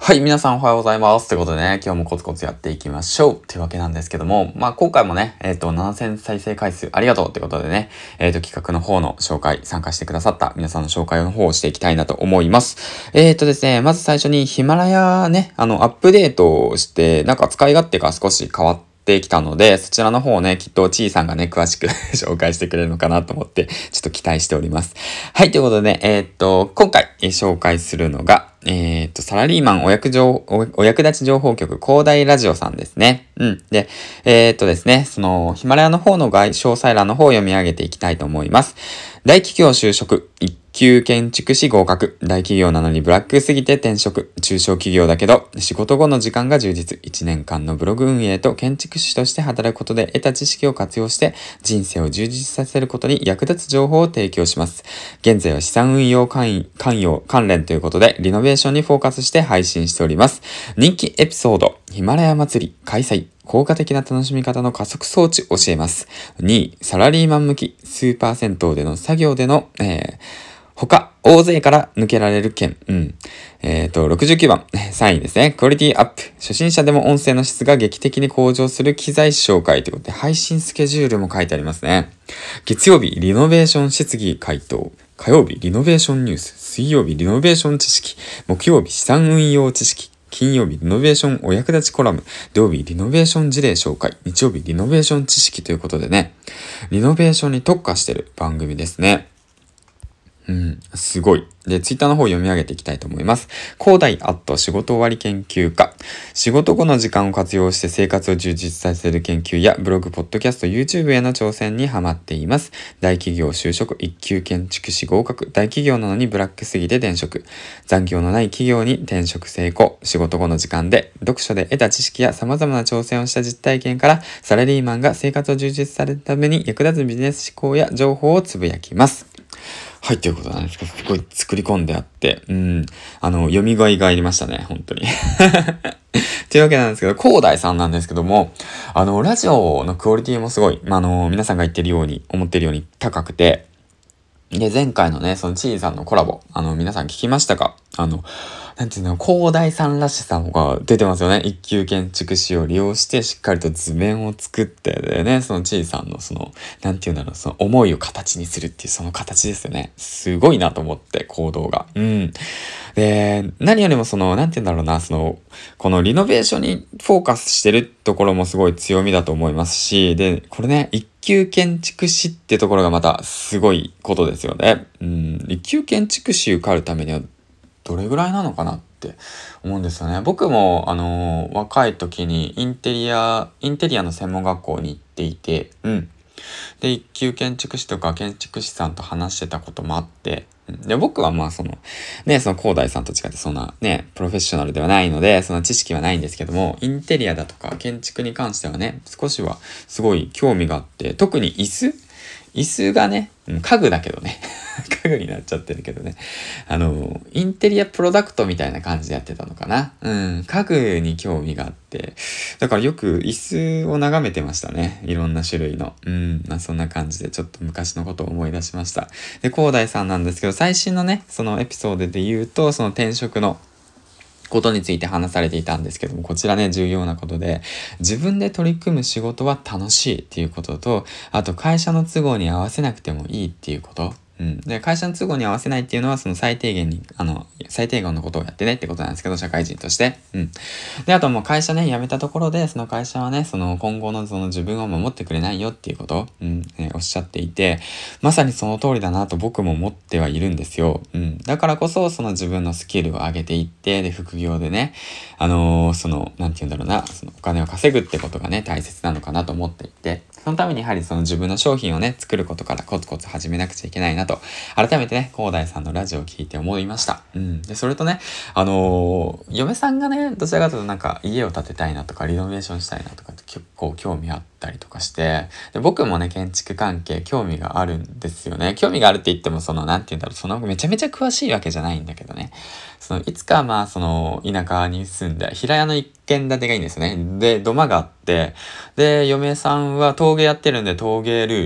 はい、皆さんおはようございます。ということでね、今日もコツコツやっていきましょう。というわけなんですけども、今回もね、7000再生回数ありがとうということでね、企画の方の紹介、参加してくださった皆さんの紹介の方をしていきたいなと思います。ですね、まず最初にヒマラヤね、アップデートをして、なんか使い勝手が少し変わってきたので、そちらの方をね、きっとちーさんがね、詳しく紹介してくれるのかなと思って、ちょっと期待しております。はい、ということでね、今回紹介するのが、サラリーマンお役立ち情報局、広大ラジオさんですね。で、ですね、その、ヒマラヤの方の詳細欄の方を読み上げていきたいと思います。大企業就職、一級建築士合格。大企業なのにブラックすぎて転職。中小企業だけど、仕事後の時間が充実。1年間のブログ運営と建築士として働くことで得た知識を活用して、人生を充実させることに役立つ情報を提供します。現在は資産運用関連ということで、リノベーションにフォーカスして配信しております。人気エピソード、ヒマラヤ祭り開催。効果的な楽しみ方の加速装置教えます。2位、サラリーマン向き、スーパー銭湯での作業での、他、大勢から抜けられる件。69番、3位ですね。クオリティアップ。初心者でも音声の質が劇的に向上する機材紹介ということで、配信スケジュールも書いてありますね。月曜日、リノベーション質疑回答。火曜日、リノベーションニュース。水曜日、リノベーション知識。木曜日、資産運用知識。金曜日、リノベーションお役立ちコラム。土曜日、リノベーション事例紹介。日曜日、リノベーション知識ということでね、リノベーションに特化している番組ですね。すごい。で、ツイッターの方を読み上げていきたいと思います。広大仕事終わり研究家。仕事後の時間を活用して生活を充実させる研究やブログ、ポッドキャスト、YouTube への挑戦にハマっています。大企業就職、一級建築士合格。大企業なのにブラックすぎて転職。残業のない企業に転職成功。仕事後の時間で読書で得た知識や様々な挑戦をした実体験からサラリーマンが生活を充実されるために役立つビジネス思考や情報をつぶやきます。はい、ということなんですけど、すごい作り込んであって、読みがいがありましたね、本当に。というわけなんですけど、広大さんなんですけども、ラジオのクオリティもすごい、皆さんが言ってるように、思ってるように高くて、で、前回のね、そのちーさんのコラボ、皆さん聞きましたか？なんていうの、広大さんらしさが出てますよね。一級建築士を利用してしっかりと図面を作って、でね、そのちーさんのその、なんていうんだろう、その思いを形にするっていうその形ですよね。すごいなと思って、行動が。で、何よりもその、なんていうんだろうな、その、このリノベーションにフォーカスしてるところもすごい強みだと思いますし、で、これね、一級建築士ってところがまたすごいことですよね。一級建築士受かるためにはどれぐらいなのかなって思うんですよね。僕も、若い時にインテリアの専門学校に行っていて、で、一級建築士とか建築士さんと話してたこともあって、で、僕はその広大さんと違ってそんなね、プロフェッショナルではないので、その知識はないんですけども、インテリアだとか建築に関してはね、少しはすごい興味があって、特に椅子がね、家具だけどね、家具になっちゃってるけどね、インテリアプロダクトみたいな感じでやってたのかな。家具に興味があって、だからよく椅子を眺めてましたね。いろんな種類の。そんな感じでちょっと昔のことを思い出しました。で、広大さんなんですけど、最新のね、そのエピソードで言うと、その転職のことについて話されていたんですけども、こちらね、重要なことで、自分で取り組む仕事は楽しいっていうことと、あと会社の都合に合わせなくてもいいっていうこと。で、会社の都合に合わせないっていうのは、その最低限のことをやってねってことなんですけど、社会人として。で、あともう会社ね、辞めたところで、その会社はね、その今後のその自分を守ってくれないよっていうことを、おっしゃっていて、まさにその通りだなと僕も思ってはいるんですよ。だからこそ、その自分のスキルを上げていって、で、副業でね、なんて言うんだろうな、そのお金を稼ぐってことがね、大切なのかなと思っていて、そのためにやはりその自分の商品をね、作ることからコツコツ始めなくちゃいけないなと、改めてね、広大さんのラジオを聞いて思いました。で、それとね、嫁さんがね、どちらかというとなんか家を建てたいなとか、リノベーションしたいなとかって結構興味あったりとかして、で、僕もね、建築関係興味があるんですよね。興味があるって言っても、なんて言うんだろう、そのめちゃめちゃ詳しいわけじゃないんだけどね。いつか田舎に住んで、平屋の一軒建てがいいんですよね。で、土間があって、で、嫁さんは陶芸やってるんで陶芸ルーム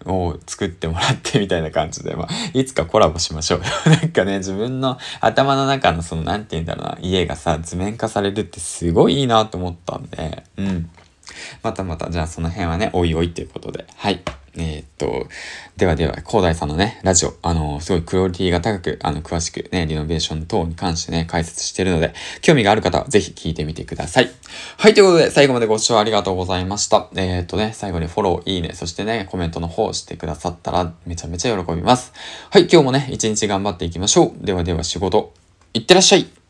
を作ってもらってみたいな感じで、まあ、いつかコラボしましょう。なんかね、自分の頭の中のその、なんて言うんだろうな、家がさ、図面化されるってすごいいいなと思ったんで、うん。またまた、じゃあその辺はね、おいおいっていうことで。はい。ではでは、広大さんのね、ラジオ、すごいクオリティが高く、詳しくね、リノベーション等に関してね、解説しているので、興味がある方はぜひ聞いてみてください。はい、ということで、最後までご視聴ありがとうございました。最後にフォロー、いいね、そしてね、コメントの方してくださったら、めちゃめちゃ喜びます。はい、今日もね、一日頑張っていきましょう。ではでは、仕事、いってらっしゃい。